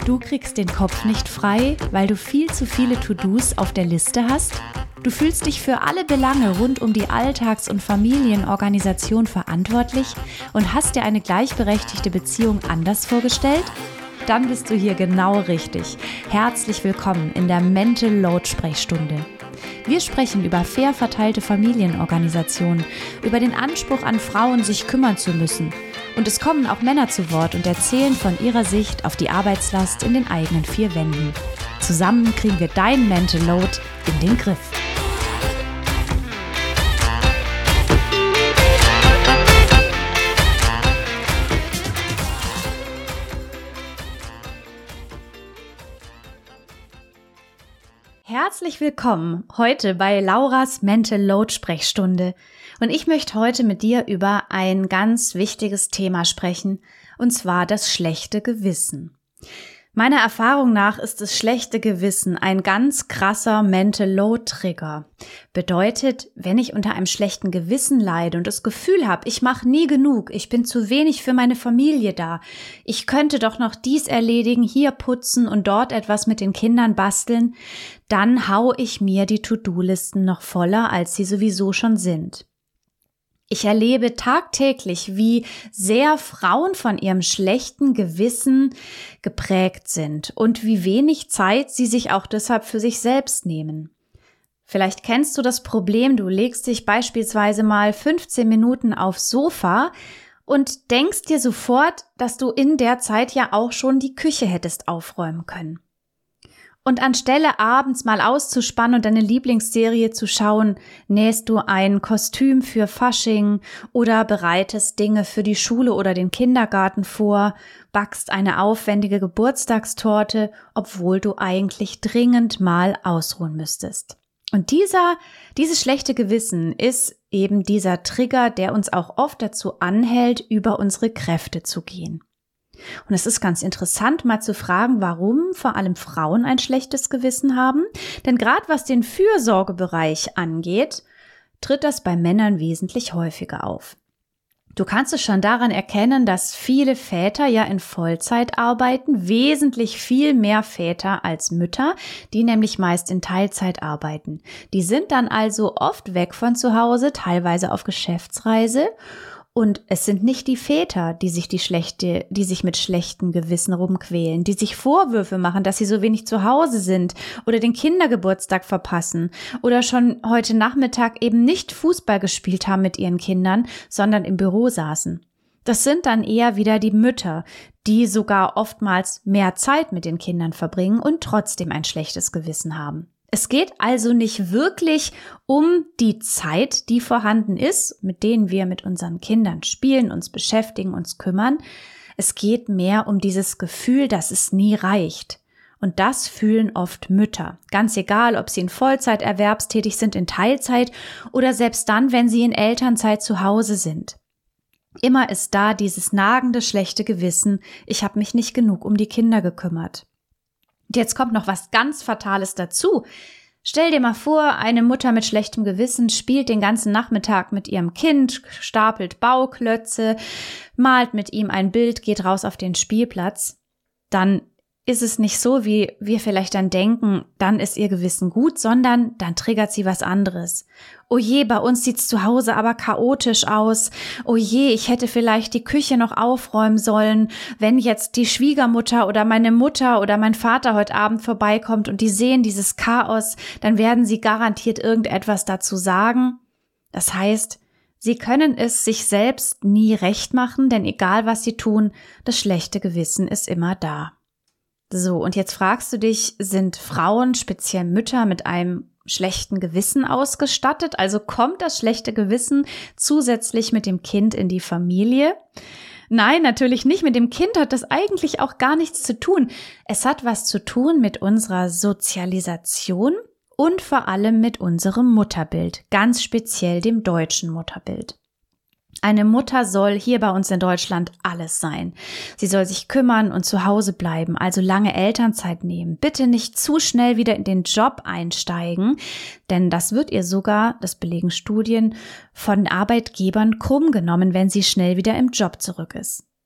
Du kriegst den Kopf nicht frei, weil du viel zu viele To-Dos auf der Liste hast? Du fühlst dich für alle Belange rund um die Alltags- und Familienorganisation verantwortlich und hast dir eine gleichberechtigte Beziehung anders vorgestellt? Dann bist du hier genau richtig. Herzlich willkommen in der Mental Load Sprechstunde. Wir sprechen über fair verteilte Familienorganisationen, über den Anspruch an Frauen, sich kümmern zu müssen. Und es kommen auch Männer zu Wort und erzählen von ihrer Sicht auf die Arbeitslast in den eigenen vier Wänden. Zusammen kriegen wir dein Mental Load in den Griff. Herzlich willkommen heute bei Lauras Mental Load Sprechstunde und ich möchte heute mit dir über ein ganz wichtiges Thema sprechen, und zwar das schlechte Gewissen. Meiner Erfahrung nach ist das schlechte Gewissen ein ganz krasser Mental Load Trigger. Bedeutet, wenn ich unter einem schlechten Gewissen leide und das Gefühl habe, ich mache nie genug, ich bin zu wenig für meine Familie da, ich könnte doch noch dies erledigen, hier putzen und dort etwas mit den Kindern basteln, dann hau ich mir die To-Do-Listen noch voller, als sie sowieso schon sind. Ich erlebe tagtäglich, wie sehr Frauen von ihrem schlechten Gewissen geprägt sind und wie wenig Zeit sie sich auch deshalb für sich selbst nehmen. Vielleicht kennst du das Problem, du legst dich beispielsweise mal 15 Minuten aufs Sofa und denkst dir sofort, dass du in der Zeit ja auch schon die Küche hättest aufräumen können. Und anstelle abends mal auszuspannen und deine Lieblingsserie zu schauen, nähst du ein Kostüm für Fasching oder bereitest Dinge für die Schule oder den Kindergarten vor, backst eine aufwendige Geburtstagstorte, obwohl du eigentlich dringend mal ausruhen müsstest. Und dieses schlechte Gewissen ist eben dieser Trigger, der uns auch oft dazu anhält, über unsere Kräfte zu gehen. Und es ist ganz interessant, mal zu fragen, warum vor allem Frauen ein schlechtes Gewissen haben. Denn gerade was den Fürsorgebereich angeht, tritt das bei Männern wesentlich häufiger auf. Du kannst es schon daran erkennen, dass viele Väter ja in Vollzeit arbeiten, wesentlich viel mehr Väter als Mütter, die nämlich meist in Teilzeit arbeiten. Die sind dann also oft weg von zu Hause, teilweise auf Geschäftsreise. Und es sind nicht die Väter, die sich mit schlechtem Gewissen rumquälen, die sich Vorwürfe machen, dass sie so wenig zu Hause sind oder den Kindergeburtstag verpassen oder schon heute Nachmittag eben nicht Fußball gespielt haben mit ihren Kindern, sondern im Büro saßen. Das sind dann eher wieder die Mütter, die sogar oftmals mehr Zeit mit den Kindern verbringen und trotzdem ein schlechtes Gewissen haben. Es geht also nicht wirklich um die Zeit, die vorhanden ist, mit denen wir mit unseren Kindern spielen, uns beschäftigen, uns kümmern. Es geht mehr um dieses Gefühl, dass es nie reicht. Und das fühlen oft Mütter. Ganz egal, ob sie in Vollzeit erwerbstätig sind, in Teilzeit oder selbst dann, wenn sie in Elternzeit zu Hause sind. Immer ist da dieses nagende, schlechte Gewissen, ich habe mich nicht genug um die Kinder gekümmert. Und jetzt kommt noch was ganz Fatales dazu. Stell dir mal vor, eine Mutter mit schlechtem Gewissen spielt den ganzen Nachmittag mit ihrem Kind, stapelt Bauklötze, malt mit ihm ein Bild, geht raus auf den Spielplatz. Dann ist es nicht so, wie wir vielleicht dann denken, dann ist ihr Gewissen gut, sondern dann triggert sie was anderes. Oh je, bei uns sieht's zu Hause aber chaotisch aus. Oh je, ich hätte vielleicht die Küche noch aufräumen sollen. Wenn jetzt die Schwiegermutter oder meine Mutter oder mein Vater heute Abend vorbeikommt und die sehen dieses Chaos, dann werden sie garantiert irgendetwas dazu sagen. Das heißt, sie können es sich selbst nie recht machen, denn egal was sie tun, das schlechte Gewissen ist immer da. So, und jetzt fragst du dich, sind Frauen, speziell Mütter, mit einem schlechten Gewissen ausgestattet? Also kommt das schlechte Gewissen zusätzlich mit dem Kind in die Familie? Nein, natürlich nicht. Mit dem Kind hat das eigentlich auch gar nichts zu tun. Es hat was zu tun mit unserer Sozialisation und vor allem mit unserem Mutterbild, ganz speziell dem deutschen Mutterbild. Eine Mutter soll hier bei uns in Deutschland alles sein. Sie soll sich kümmern und zu Hause bleiben, also lange Elternzeit nehmen. Bitte nicht zu schnell wieder in den Job einsteigen, denn das wird ihr sogar, das belegen Studien, von Arbeitgebern krumm genommen, wenn sie schnell wieder im Job zurück ist.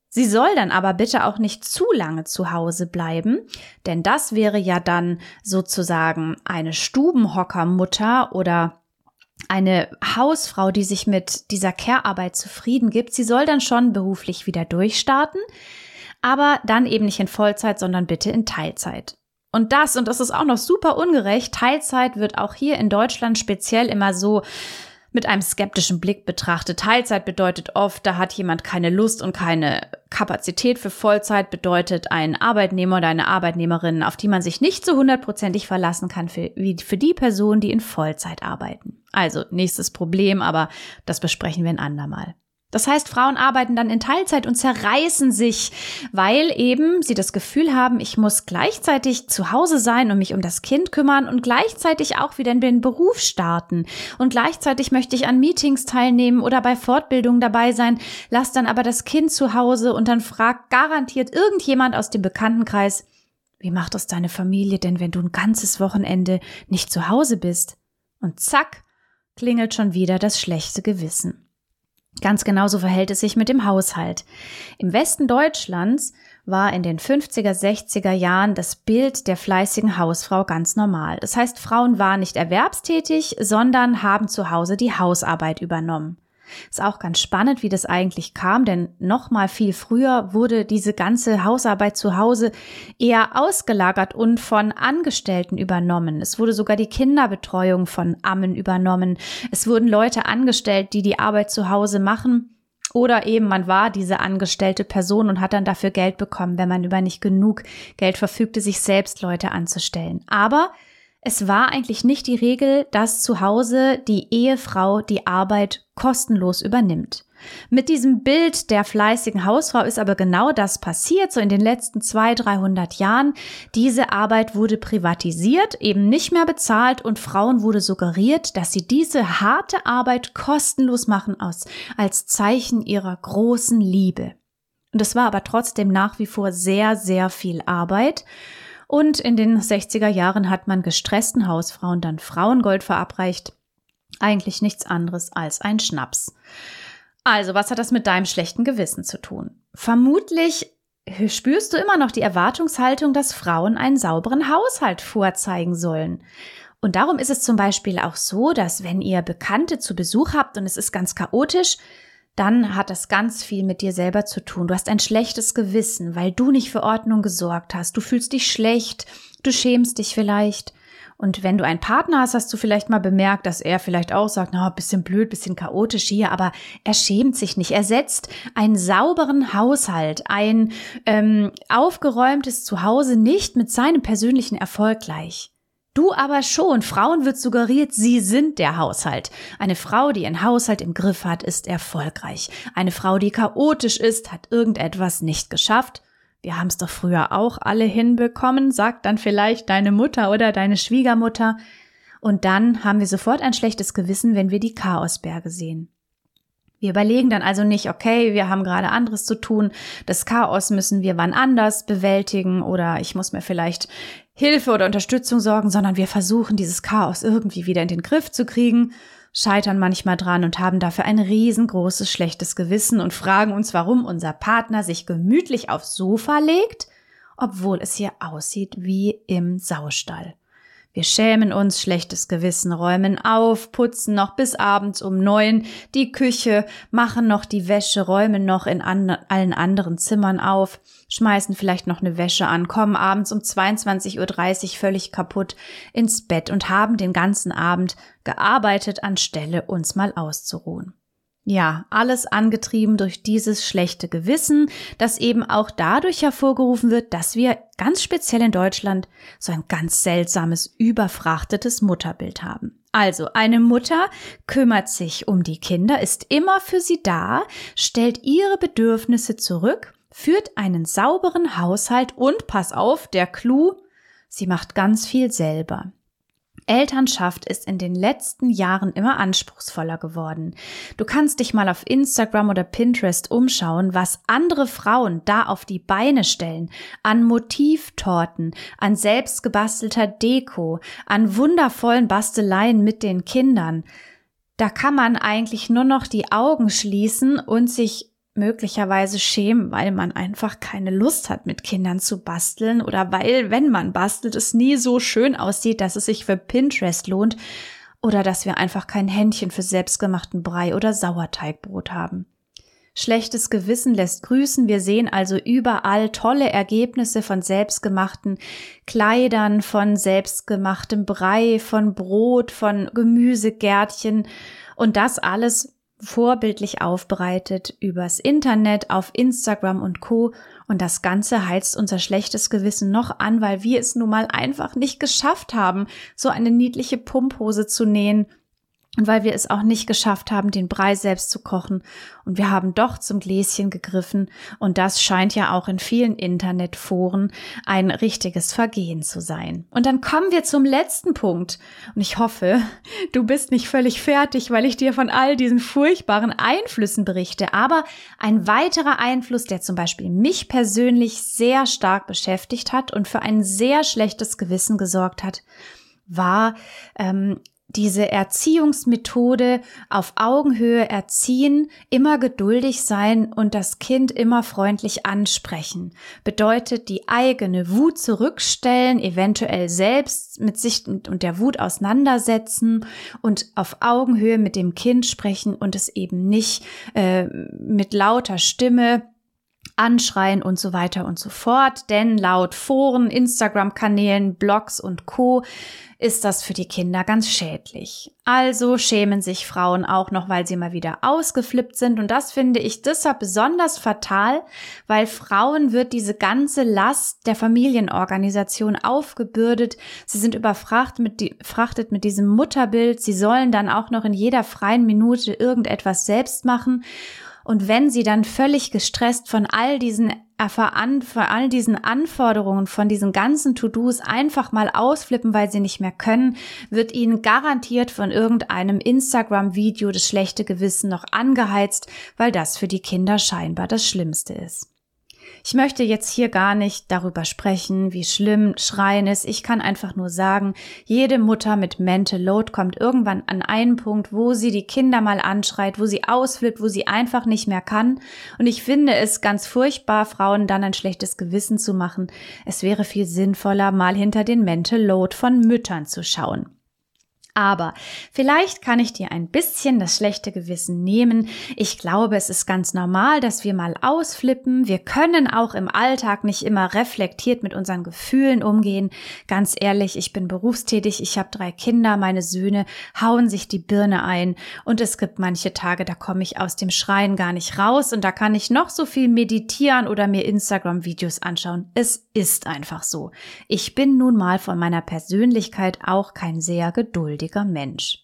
Sie soll dann aber bitte auch nicht zu lange zu Hause bleiben, denn das wäre ja dann sozusagen eine Stubenhockermutter oder eine Hausfrau, die sich mit dieser Care-Arbeit zufrieden gibt. Sie soll dann schon beruflich wieder durchstarten, aber dann eben nicht in Vollzeit, sondern bitte in Teilzeit. Und das ist auch noch super ungerecht, Teilzeit wird auch hier in Deutschland speziell immer so mit einem skeptischen Blick betrachtet. Teilzeit bedeutet oft, da hat jemand keine Lust und keine Kapazität für Vollzeit, bedeutet ein Arbeitnehmer oder eine Arbeitnehmerin, auf die man sich nicht so 100% verlassen kann, wie für die Personen, die in Vollzeit arbeiten. Also nächstes Problem, aber das besprechen wir ein andermal. Das heißt, Frauen arbeiten dann in Teilzeit und zerreißen sich, weil eben sie das Gefühl haben, ich muss gleichzeitig zu Hause sein und mich um das Kind kümmern und gleichzeitig auch wieder in den Beruf starten. Und gleichzeitig möchte ich an Meetings teilnehmen oder bei Fortbildungen dabei sein, lass dann aber das Kind zu Hause und dann fragt garantiert irgendjemand aus dem Bekanntenkreis, wie macht das deine Familie denn, wenn du ein ganzes Wochenende nicht zu Hause bist? Und zack, klingelt schon wieder das schlechte Gewissen. Ganz genauso verhält es sich mit dem Haushalt. Im Westen Deutschlands war in den 50er, 60er Jahren das Bild der fleißigen Hausfrau ganz normal. Das heißt, Frauen waren nicht erwerbstätig, sondern haben zu Hause die Hausarbeit übernommen. Ist auch ganz spannend, wie das eigentlich kam, denn noch mal viel früher wurde diese ganze Hausarbeit zu Hause eher ausgelagert und von Angestellten übernommen. Es wurde sogar die Kinderbetreuung von Ammen übernommen. Es wurden Leute angestellt, die die Arbeit zu Hause machen. Oder eben man war diese angestellte Person und hat dann dafür Geld bekommen, wenn man über nicht genug Geld verfügte, sich selbst Leute anzustellen. Aber es war eigentlich nicht die Regel, dass zu Hause die Ehefrau die Arbeit kostenlos übernimmt. Mit diesem Bild der fleißigen Hausfrau ist aber genau das passiert, so in den letzten 200-300 Jahren. Diese Arbeit wurde privatisiert, eben nicht mehr bezahlt und Frauen wurde suggeriert, dass sie diese harte Arbeit kostenlos machen als Zeichen ihrer großen Liebe. Und es war aber trotzdem nach wie vor sehr, sehr viel Arbeit. Und in den 60er Jahren hat man gestressten Hausfrauen dann Frauengold verabreicht. Eigentlich nichts anderes als ein Schnaps. Also, was hat das mit deinem schlechten Gewissen zu tun? Vermutlich spürst du immer noch die Erwartungshaltung, dass Frauen einen sauberen Haushalt vorzeigen sollen. Und darum ist es zum Beispiel auch so, dass wenn ihr Bekannte zu Besuch habt und es ist ganz chaotisch, dann hat das ganz viel mit dir selber zu tun. Du hast ein schlechtes Gewissen, weil du nicht für Ordnung gesorgt hast. Du fühlst dich schlecht, du schämst dich vielleicht. Und wenn du einen Partner hast, hast du vielleicht mal bemerkt, dass er vielleicht auch sagt, na, bisschen blöd, bisschen chaotisch hier, aber er schämt sich nicht. Er setzt einen sauberen Haushalt, ein aufgeräumtes Zuhause nicht mit seinem persönlichen Erfolg gleich. Du aber schon. Frauen wird suggeriert, sie sind der Haushalt. Eine Frau, die ihren Haushalt im Griff hat, ist erfolgreich. Eine Frau, die chaotisch ist, hat irgendetwas nicht geschafft. Wir haben es doch früher auch alle hinbekommen, sagt dann vielleicht deine Mutter oder deine Schwiegermutter. Und dann haben wir sofort ein schlechtes Gewissen, wenn wir die Chaosberge sehen. Wir überlegen dann also nicht, okay, wir haben gerade anderes zu tun, das Chaos müssen wir wann anders bewältigen oder ich muss mir vielleicht Hilfe oder Unterstützung sorgen, sondern wir versuchen, dieses Chaos irgendwie wieder in den Griff zu kriegen, scheitern manchmal dran und haben dafür ein riesengroßes schlechtes Gewissen und fragen uns, warum unser Partner sich gemütlich aufs Sofa legt, obwohl es hier aussieht wie im Saustall. Wir schämen uns, schlechtes Gewissen, räumen auf, putzen noch bis abends um 9 die Küche, machen noch die Wäsche, räumen noch in allen anderen Zimmern auf, schmeißen vielleicht noch eine Wäsche an, kommen abends um 22:30 Uhr völlig kaputt ins Bett und haben den ganzen Abend gearbeitet, anstelle uns mal auszuruhen. Ja, alles angetrieben durch dieses schlechte Gewissen, das eben auch dadurch hervorgerufen wird, dass wir ganz speziell in Deutschland so ein ganz seltsames, überfrachtetes Mutterbild haben. Also eine Mutter kümmert sich um die Kinder, ist immer für sie da, stellt ihre Bedürfnisse zurück, führt einen sauberen Haushalt und, pass auf, der Clou, sie macht ganz viel selber. Elternschaft ist in den letzten Jahren immer anspruchsvoller geworden. Du kannst dich mal auf Instagram oder Pinterest umschauen, was andere Frauen da auf die Beine stellen, an Motivtorten, an selbstgebastelter Deko, an wundervollen Basteleien mit den Kindern. Da kann man eigentlich nur noch die Augen schließen und sich möglicherweise schämen, weil man einfach keine Lust hat, mit Kindern zu basteln oder weil, wenn man bastelt, es nie so schön aussieht, dass es sich für Pinterest lohnt oder dass wir einfach kein Händchen für selbstgemachten Brei oder Sauerteigbrot haben. Schlechtes Gewissen lässt grüßen. Wir sehen also überall tolle Ergebnisse von selbstgemachten Kleidern, von selbstgemachtem Brei, von Brot, von Gemüsegärtchen und das alles vorbildlich aufbereitet übers Internet, auf Instagram und Co. Und das Ganze heizt unser schlechtes Gewissen noch an, weil wir es nun mal einfach nicht geschafft haben, so eine niedliche Pumphose zu nähen. Und weil wir es auch nicht geschafft haben, den Brei selbst zu kochen. Und wir haben doch zum Gläschen gegriffen. Und das scheint ja auch in vielen Internetforen ein richtiges Vergehen zu sein. Und dann kommen wir zum letzten Punkt. Und ich hoffe, du bist nicht völlig fertig, weil ich dir von all diesen furchtbaren Einflüssen berichte. Aber ein weiterer Einfluss, der zum Beispiel mich persönlich sehr stark beschäftigt hat und für ein sehr schlechtes Gewissen gesorgt hat, war diese Erziehungsmethode auf Augenhöhe erziehen, immer geduldig sein und das Kind immer freundlich ansprechen. Bedeutet die eigene Wut zurückstellen, eventuell selbst mit sich und der Wut auseinandersetzen und auf Augenhöhe mit dem Kind sprechen und es eben nicht mit lauter Stimme anschreien und so weiter und so fort. Denn laut Foren, Instagram-Kanälen, Blogs und Co. ist das für die Kinder ganz schädlich. Also schämen sich Frauen auch noch, weil sie mal wieder ausgeflippt sind. Und das finde ich deshalb besonders fatal, weil Frauen wird diese ganze Last der Familienorganisation aufgebürdet. Sie sind überfrachtet mit diesem Mutterbild. Sie sollen dann auch noch in jeder freien Minute irgendetwas selbst machen. Und wenn sie dann völlig gestresst von all diesen Anforderungen, von diesen ganzen To-Dos einfach mal ausflippen, weil sie nicht mehr können, wird ihnen garantiert von irgendeinem Instagram-Video das schlechte Gewissen noch angeheizt, weil das für die Kinder scheinbar das Schlimmste ist. Ich möchte jetzt hier gar nicht darüber sprechen, wie schlimm Schreien ist. Ich kann einfach nur sagen, jede Mutter mit Mental Load kommt irgendwann an einen Punkt, wo sie die Kinder mal anschreit, wo sie ausflippt, wo sie einfach nicht mehr kann. Und ich finde es ganz furchtbar, Frauen dann ein schlechtes Gewissen zu machen. Es wäre viel sinnvoller, mal hinter den Mental Load von Müttern zu schauen. Aber vielleicht kann ich dir ein bisschen das schlechte Gewissen nehmen. Ich glaube, es ist ganz normal, dass wir mal ausflippen. Wir können auch im Alltag nicht immer reflektiert mit unseren Gefühlen umgehen. Ganz ehrlich, ich bin berufstätig, ich habe 3 Kinder, meine Söhne hauen sich die Birne ein und es gibt manche Tage, da komme ich aus dem Schreien gar nicht raus und da kann ich noch so viel meditieren oder mir Instagram-Videos anschauen. Es ist einfach so. Ich bin nun mal von meiner Persönlichkeit auch kein sehr geduldiger Mensch.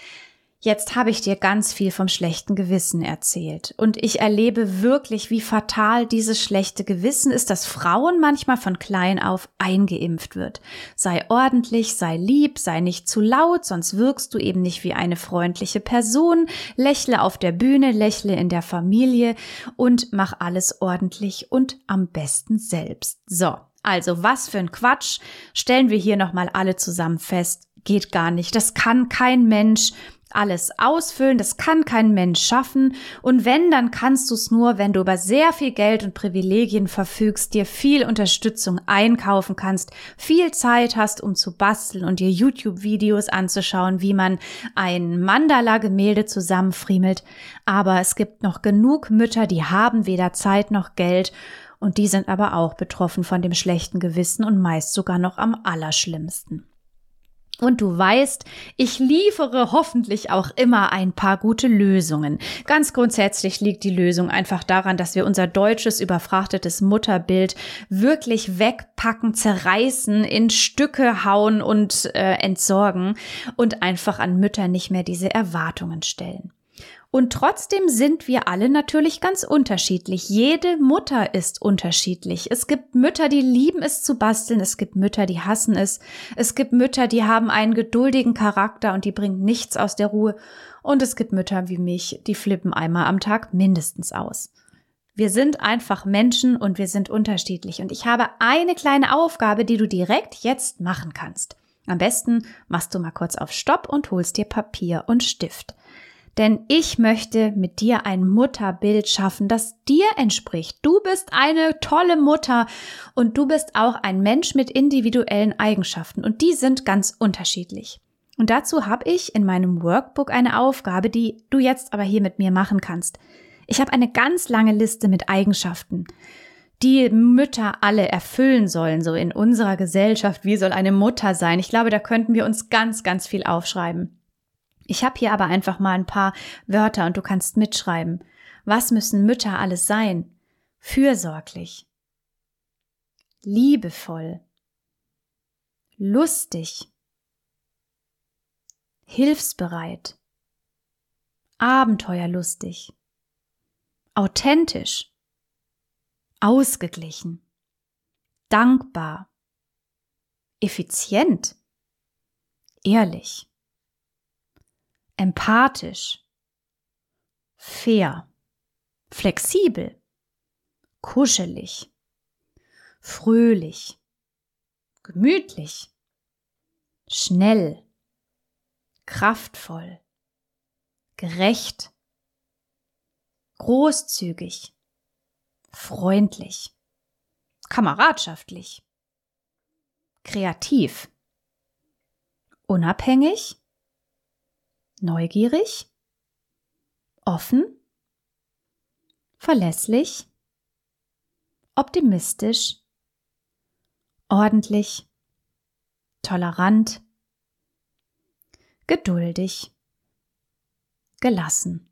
Jetzt habe ich dir ganz viel vom schlechten Gewissen erzählt und ich erlebe wirklich, wie fatal dieses schlechte Gewissen ist, dass Frauen manchmal von klein auf eingeimpft wird. Sei ordentlich, sei lieb, sei nicht zu laut, sonst wirkst du eben nicht wie eine freundliche Person, lächle auf der Bühne, lächle in der Familie und mach alles ordentlich und am besten selbst. So, also was für ein Quatsch, stellen wir hier nochmal alle zusammen fest. Geht gar nicht. Das kann kein Mensch alles ausfüllen, das kann kein Mensch schaffen. Und wenn, dann kannst du es nur, wenn du über sehr viel Geld und Privilegien verfügst, dir viel Unterstützung einkaufen kannst, viel Zeit hast, um zu basteln und dir YouTube-Videos anzuschauen, wie man ein Mandala-Gemälde zusammenfriemelt. Aber es gibt noch genug Mütter, die haben weder Zeit noch Geld und die sind aber auch betroffen von dem schlechten Gewissen und meist sogar noch am allerschlimmsten. Und du weißt, ich liefere hoffentlich auch immer ein paar gute Lösungen. Ganz grundsätzlich liegt die Lösung einfach daran, dass wir unser deutsches überfrachtetes Mutterbild wirklich wegpacken, zerreißen, in Stücke hauen und entsorgen und einfach an Mütter nicht mehr diese Erwartungen stellen. Und trotzdem sind wir alle natürlich ganz unterschiedlich. Jede Mutter ist unterschiedlich. Es gibt Mütter, die lieben es zu basteln. Es gibt Mütter, die hassen es. Es gibt Mütter, die haben einen geduldigen Charakter und die bringen nichts aus der Ruhe. Und es gibt Mütter wie mich, die flippen einmal am Tag mindestens aus. Wir sind einfach Menschen und wir sind unterschiedlich. Und ich habe eine kleine Aufgabe, die du direkt jetzt machen kannst. Am besten machst du mal kurz auf Stopp und holst dir Papier und Stift. Denn ich möchte mit dir ein Mutterbild schaffen, das dir entspricht. Du bist eine tolle Mutter und du bist auch ein Mensch mit individuellen Eigenschaften und die sind ganz unterschiedlich. Und dazu habe ich in meinem Workbook eine Aufgabe, die du jetzt aber hier mit mir machen kannst. Ich habe eine ganz lange Liste mit Eigenschaften, die Mütter alle erfüllen sollen, so in unserer Gesellschaft. Wie soll eine Mutter sein? Ich glaube, da könnten wir uns ganz, ganz viel aufschreiben. Ich habe hier aber einfach mal ein paar Wörter und du kannst mitschreiben. Was müssen Mütter alles sein? Fürsorglich, liebevoll, lustig, hilfsbereit, abenteuerlustig, authentisch, ausgeglichen, dankbar, effizient, ehrlich, empathisch, fair, flexibel, kuschelig, fröhlich, gemütlich, schnell, kraftvoll, gerecht, großzügig, freundlich, kameradschaftlich, kreativ, unabhängig, neugierig, offen, verlässlich, optimistisch, ordentlich, tolerant, geduldig, gelassen.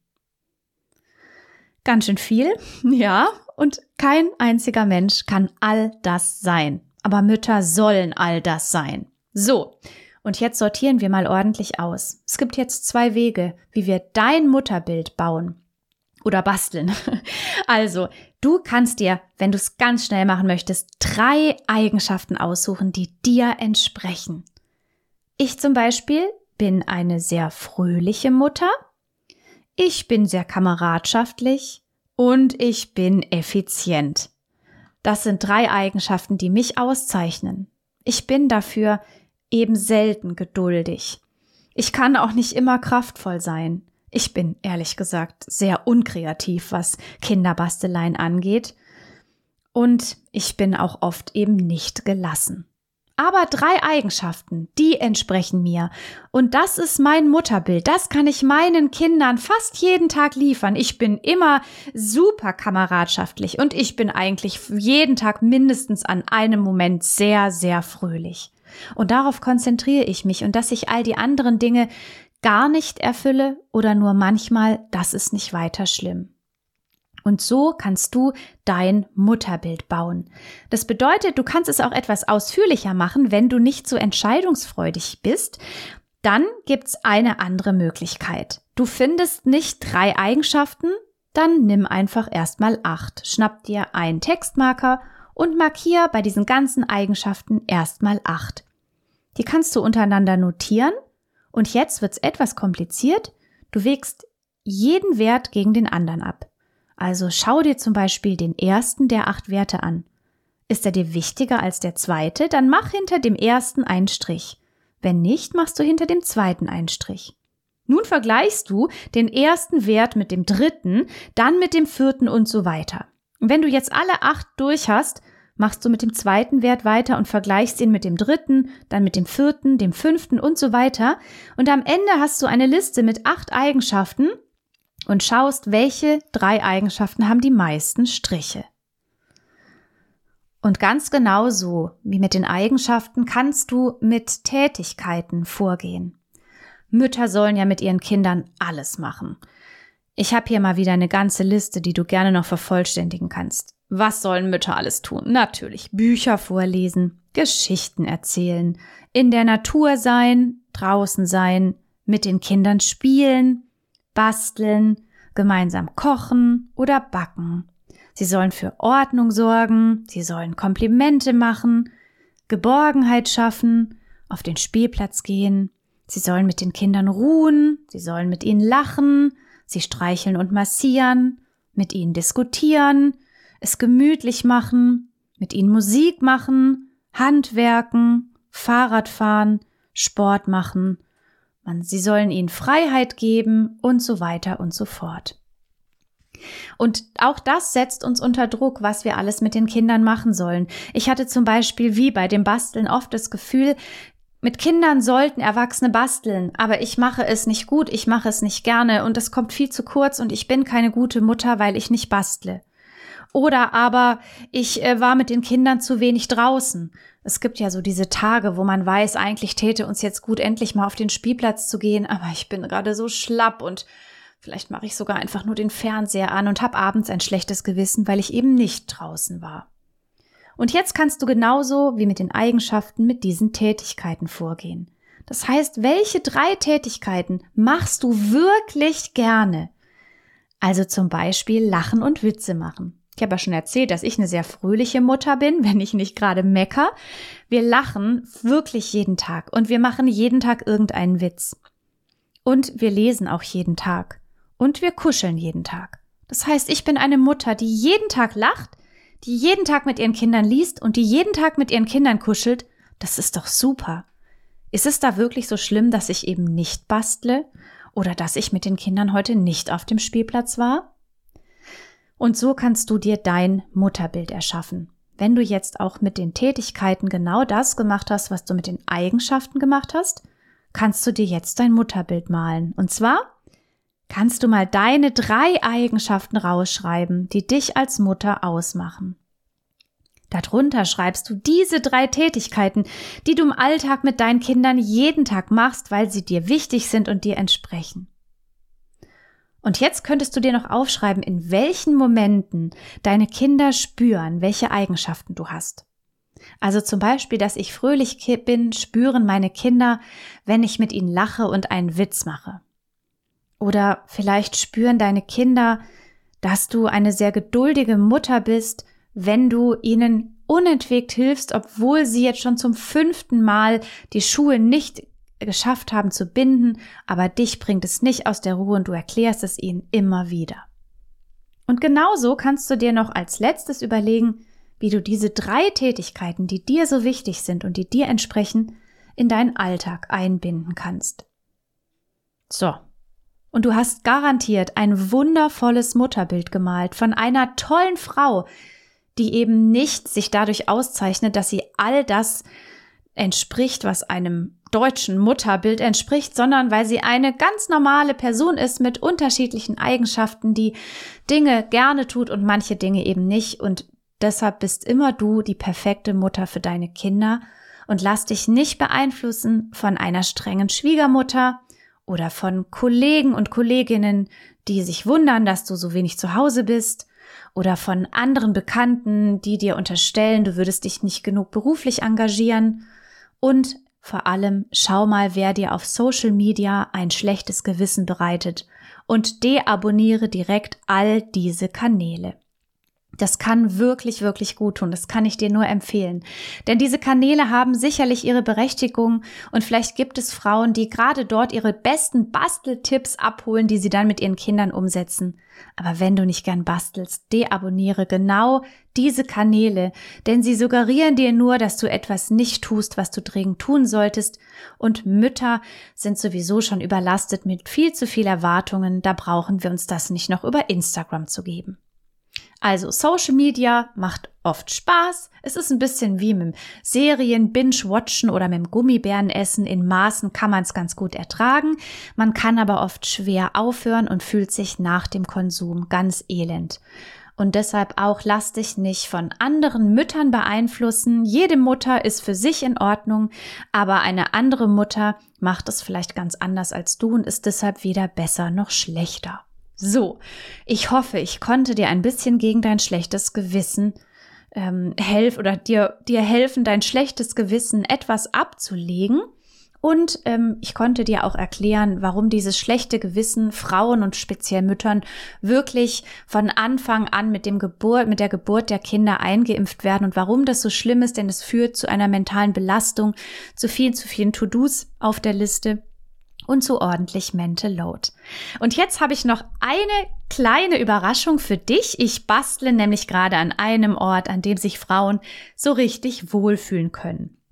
Ganz schön viel, ja, und kein einziger Mensch kann all das sein. Aber Mütter sollen all das sein. So, und jetzt sortieren wir mal ordentlich aus. Es gibt jetzt 2 Wege, wie wir dein Mutterbild bauen oder basteln. Also, du kannst dir, wenn du es ganz schnell machen möchtest, 3 Eigenschaften aussuchen, die dir entsprechen. Ich zum Beispiel bin eine sehr fröhliche Mutter. Ich bin sehr kameradschaftlich und ich bin effizient. Das sind 3 Eigenschaften, die mich auszeichnen. Ich bin dafür eben selten geduldig. Ich kann auch nicht immer kraftvoll sein. Ich bin, ehrlich gesagt, sehr unkreativ, was Kinderbasteleien angeht. Und ich bin auch oft eben nicht gelassen. Aber 3 Eigenschaften, die entsprechen mir. Und das ist mein Mutterbild. Das kann ich meinen Kindern fast jeden Tag liefern. Ich bin immer super kameradschaftlich und ich bin eigentlich jeden Tag mindestens an einem Moment sehr, sehr fröhlich. Und darauf konzentriere ich mich. Und dass ich all die anderen Dinge gar nicht erfülle oder nur manchmal, das ist nicht weiter schlimm. Und so kannst du dein Mutterbild bauen. Das bedeutet, du kannst es auch etwas ausführlicher machen, wenn du nicht so entscheidungsfreudig bist. Dann gibt's eine andere Möglichkeit. Du findest nicht 3 Eigenschaften, dann nimm einfach erstmal 8. Schnapp dir einen Textmarker und markier bei diesen ganzen Eigenschaften erstmal 8. Die kannst du untereinander notieren und jetzt wird's etwas kompliziert. Du wägst jeden Wert gegen den anderen ab. Also schau dir zum Beispiel den ersten der 8 Werte an. Ist er dir wichtiger als der zweite, dann mach hinter dem ersten einen Strich. Wenn nicht, machst du hinter dem zweiten einen Strich. Nun vergleichst du den ersten Wert mit dem dritten, dann mit dem vierten und so weiter. Und wenn du jetzt alle 8 durch hast, machst du mit dem zweiten Wert weiter und vergleichst ihn mit dem dritten, dann mit dem vierten, dem fünften und so weiter. Und am Ende hast du eine Liste mit 8 Eigenschaften, und schaust, welche 3 Eigenschaften haben die meisten Striche. Und ganz genauso wie mit den Eigenschaften kannst du mit Tätigkeiten vorgehen. Mütter sollen ja mit ihren Kindern alles machen. Ich habe hier mal wieder eine ganze Liste, die du gerne noch vervollständigen kannst. Was sollen Mütter alles tun? Natürlich Bücher vorlesen, Geschichten erzählen, in der Natur sein, draußen sein, mit den Kindern spielen, basteln, gemeinsam kochen oder backen. Sie sollen für Ordnung sorgen, sie sollen Komplimente machen, Geborgenheit schaffen, auf den Spielplatz gehen, sie sollen mit den Kindern ruhen, sie sollen mit ihnen lachen, sie streicheln und massieren, mit ihnen diskutieren, es gemütlich machen, mit ihnen Musik machen, Handwerken, Fahrrad fahren, Sport machen, Sie sollen ihnen Freiheit geben und so weiter und so fort. Und auch das setzt uns unter Druck, was wir alles mit den Kindern machen sollen. Ich hatte zum Beispiel wie bei dem Basteln oft das Gefühl, mit Kindern sollten Erwachsene basteln, aber ich mache es nicht gut, ich mache es nicht gerne und es kommt viel zu kurz und ich bin keine gute Mutter, weil ich nicht bastle. Oder aber ich war mit den Kindern zu wenig draußen. Es gibt ja so diese Tage, wo man weiß, eigentlich täte uns jetzt gut, endlich mal auf den Spielplatz zu gehen, aber ich bin gerade so schlapp und vielleicht mache ich sogar einfach nur den Fernseher an und habe abends ein schlechtes Gewissen, weil ich eben nicht draußen war. Und jetzt kannst du genauso wie mit den Eigenschaften mit diesen Tätigkeiten vorgehen. Das heißt, welche 3 Tätigkeiten machst du wirklich gerne? Also zum Beispiel lachen und Witze machen. Ich habe ja schon erzählt, dass ich eine sehr fröhliche Mutter bin, wenn ich nicht gerade mecker. Wir lachen wirklich jeden Tag und wir machen jeden Tag irgendeinen Witz. Und wir lesen auch jeden Tag. Und wir kuscheln jeden Tag. Das heißt, ich bin eine Mutter, die jeden Tag lacht, die jeden Tag mit ihren Kindern liest und die jeden Tag mit ihren Kindern kuschelt. Das ist doch super. Ist es da wirklich so schlimm, dass ich eben nicht bastle oder dass ich mit den Kindern heute nicht auf dem Spielplatz war? Und so kannst du dir dein Mutterbild erschaffen. Wenn du jetzt auch mit den Tätigkeiten genau das gemacht hast, was du mit den Eigenschaften gemacht hast, kannst du dir jetzt dein Mutterbild malen. Und zwar kannst du mal deine 3 Eigenschaften rausschreiben, die dich als Mutter ausmachen. Darunter schreibst du diese 3 Tätigkeiten, die du im Alltag mit deinen Kindern jeden Tag machst, weil sie dir wichtig sind und dir entsprechen. Und jetzt könntest du dir noch aufschreiben, in welchen Momenten deine Kinder spüren, welche Eigenschaften du hast. Also zum Beispiel, dass ich fröhlich bin, spüren meine Kinder, wenn ich mit ihnen lache und einen Witz mache. Oder vielleicht spüren deine Kinder, dass du eine sehr geduldige Mutter bist, wenn du ihnen unentwegt hilfst, obwohl sie jetzt schon zum 5. Mal die Schuhe nicht geschafft haben zu binden, aber dich bringt es nicht aus der Ruhe und du erklärst es ihnen immer wieder. Und genauso kannst du dir noch als letztes überlegen, wie du diese 3 Tätigkeiten, die dir so wichtig sind und die dir entsprechen, in deinen Alltag einbinden kannst. So. Und du hast garantiert ein wundervolles Mutterbild gemalt von einer tollen Frau, die eben nicht sich dadurch auszeichnet, dass sie all das entspricht, was einem deutschen Mutterbild entspricht, sondern weil sie eine ganz normale Person ist mit unterschiedlichen Eigenschaften, die Dinge gerne tut und manche Dinge eben nicht. Und deshalb bist immer du die perfekte Mutter für deine Kinder und lass dich nicht beeinflussen von einer strengen Schwiegermutter oder von Kollegen und Kolleginnen, die sich wundern, dass du so wenig zu Hause bist, oder von anderen Bekannten, die dir unterstellen, du würdest dich nicht genug beruflich engagieren. Und vor allem schau mal, wer dir auf Social Media ein schlechtes Gewissen bereitet und deabonniere direkt all diese Kanäle. Das kann wirklich, wirklich gut tun. Das kann ich dir nur empfehlen. Denn diese Kanäle haben sicherlich ihre Berechtigung und vielleicht gibt es Frauen, die gerade dort ihre besten Basteltipps abholen, die sie dann mit ihren Kindern umsetzen. Aber wenn du nicht gern bastelst, deabonniere genau diese Kanäle, denn sie suggerieren dir nur, dass du etwas nicht tust, was du dringend tun solltest. Und Mütter sind sowieso schon überlastet mit viel zu viel Erwartungen. Da brauchen wir uns das nicht noch über Instagram zu geben. Also Social Media macht oft Spaß. Es ist ein bisschen wie mit dem Serien-Binge-Watchen oder mit dem Gummibärenessen. In Maßen kann man es ganz gut ertragen. Man kann aber oft schwer aufhören und fühlt sich nach dem Konsum ganz elend. Und deshalb auch lass dich nicht von anderen Müttern beeinflussen. Jede Mutter ist für sich in Ordnung, aber eine andere Mutter macht es vielleicht ganz anders als du und ist deshalb weder besser noch schlechter. So, ich hoffe, ich konnte dir ein bisschen gegen dein schlechtes Gewissen helfen oder dir helfen, dein schlechtes Gewissen etwas abzulegen. Und ich konnte dir auch erklären, warum dieses schlechte Gewissen Frauen und speziell Müttern wirklich von Anfang an mit der Geburt der Kinder eingeimpft werden und warum das so schlimm ist, denn es führt zu einer mentalen Belastung, zu vielen To-Dos auf der Liste und zu ordentlich Mental Load. Und jetzt habe ich noch eine kleine Überraschung für dich. Ich bastle nämlich gerade an einem Ort, an dem sich Frauen so richtig wohlfühlen können.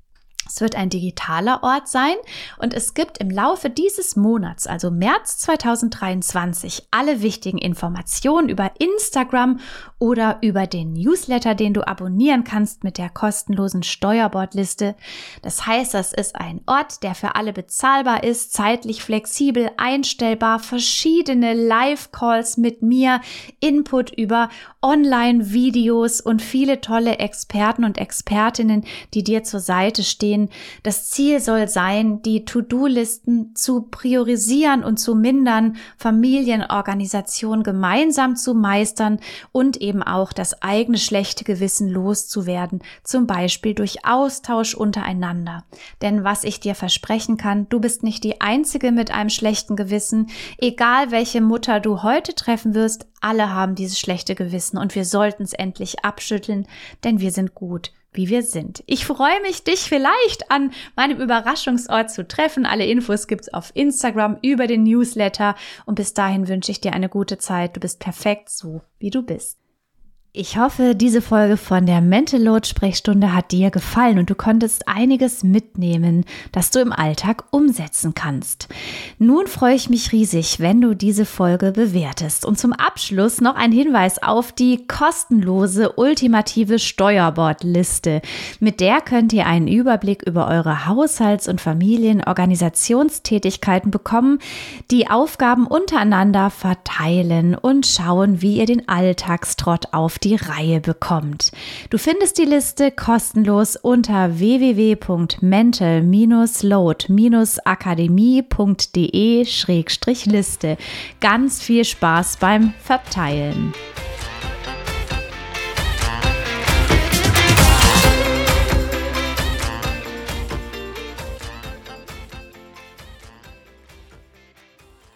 Es wird ein digitaler Ort sein und es gibt im Laufe dieses Monats, also März 2023, alle wichtigen Informationen über Instagram oder über den Newsletter, den du abonnieren kannst mit der kostenlosen Steuerbordliste. Das heißt, das ist ein Ort, der für alle bezahlbar ist, zeitlich flexibel, einstellbar, verschiedene Live-Calls mit mir, Input über Online-Videos und viele tolle Experten und Expertinnen, die dir zur Seite stehen. Das Ziel soll sein, die To-Do-Listen zu priorisieren und zu mindern, Familienorganisation gemeinsam zu meistern und eben auch das eigene schlechte Gewissen loszuwerden, zum Beispiel durch Austausch untereinander. Denn was ich dir versprechen kann, du bist nicht die Einzige mit einem schlechten Gewissen. Egal welche Mutter du heute treffen wirst, alle haben dieses schlechte Gewissen und wir sollten es endlich abschütteln, denn wir sind gut, wie wir sind. Ich freue mich, dich vielleicht an meinem Überraschungsort zu treffen. Alle Infos gibt's auf Instagram über den Newsletter und bis dahin wünsche ich dir eine gute Zeit. Du bist perfekt so, wie du bist. Ich hoffe, diese Folge von der Mental Load Sprechstunde hat dir gefallen und du konntest einiges mitnehmen, das du im Alltag umsetzen kannst. Nun freue ich mich riesig, wenn du diese Folge bewertest. Und zum Abschluss noch ein Hinweis auf die kostenlose ultimative Steuerbordliste. Mit der könnt ihr einen Überblick über eure Haushalts- und Familienorganisationstätigkeiten bekommen, die Aufgaben untereinander verteilen und schauen, wie ihr den Alltagstrott auf die Reihe bekommt. Du findest die Liste kostenlos unter www.mental-load-akademie.de/Liste. Ganz viel Spaß beim Verteilen.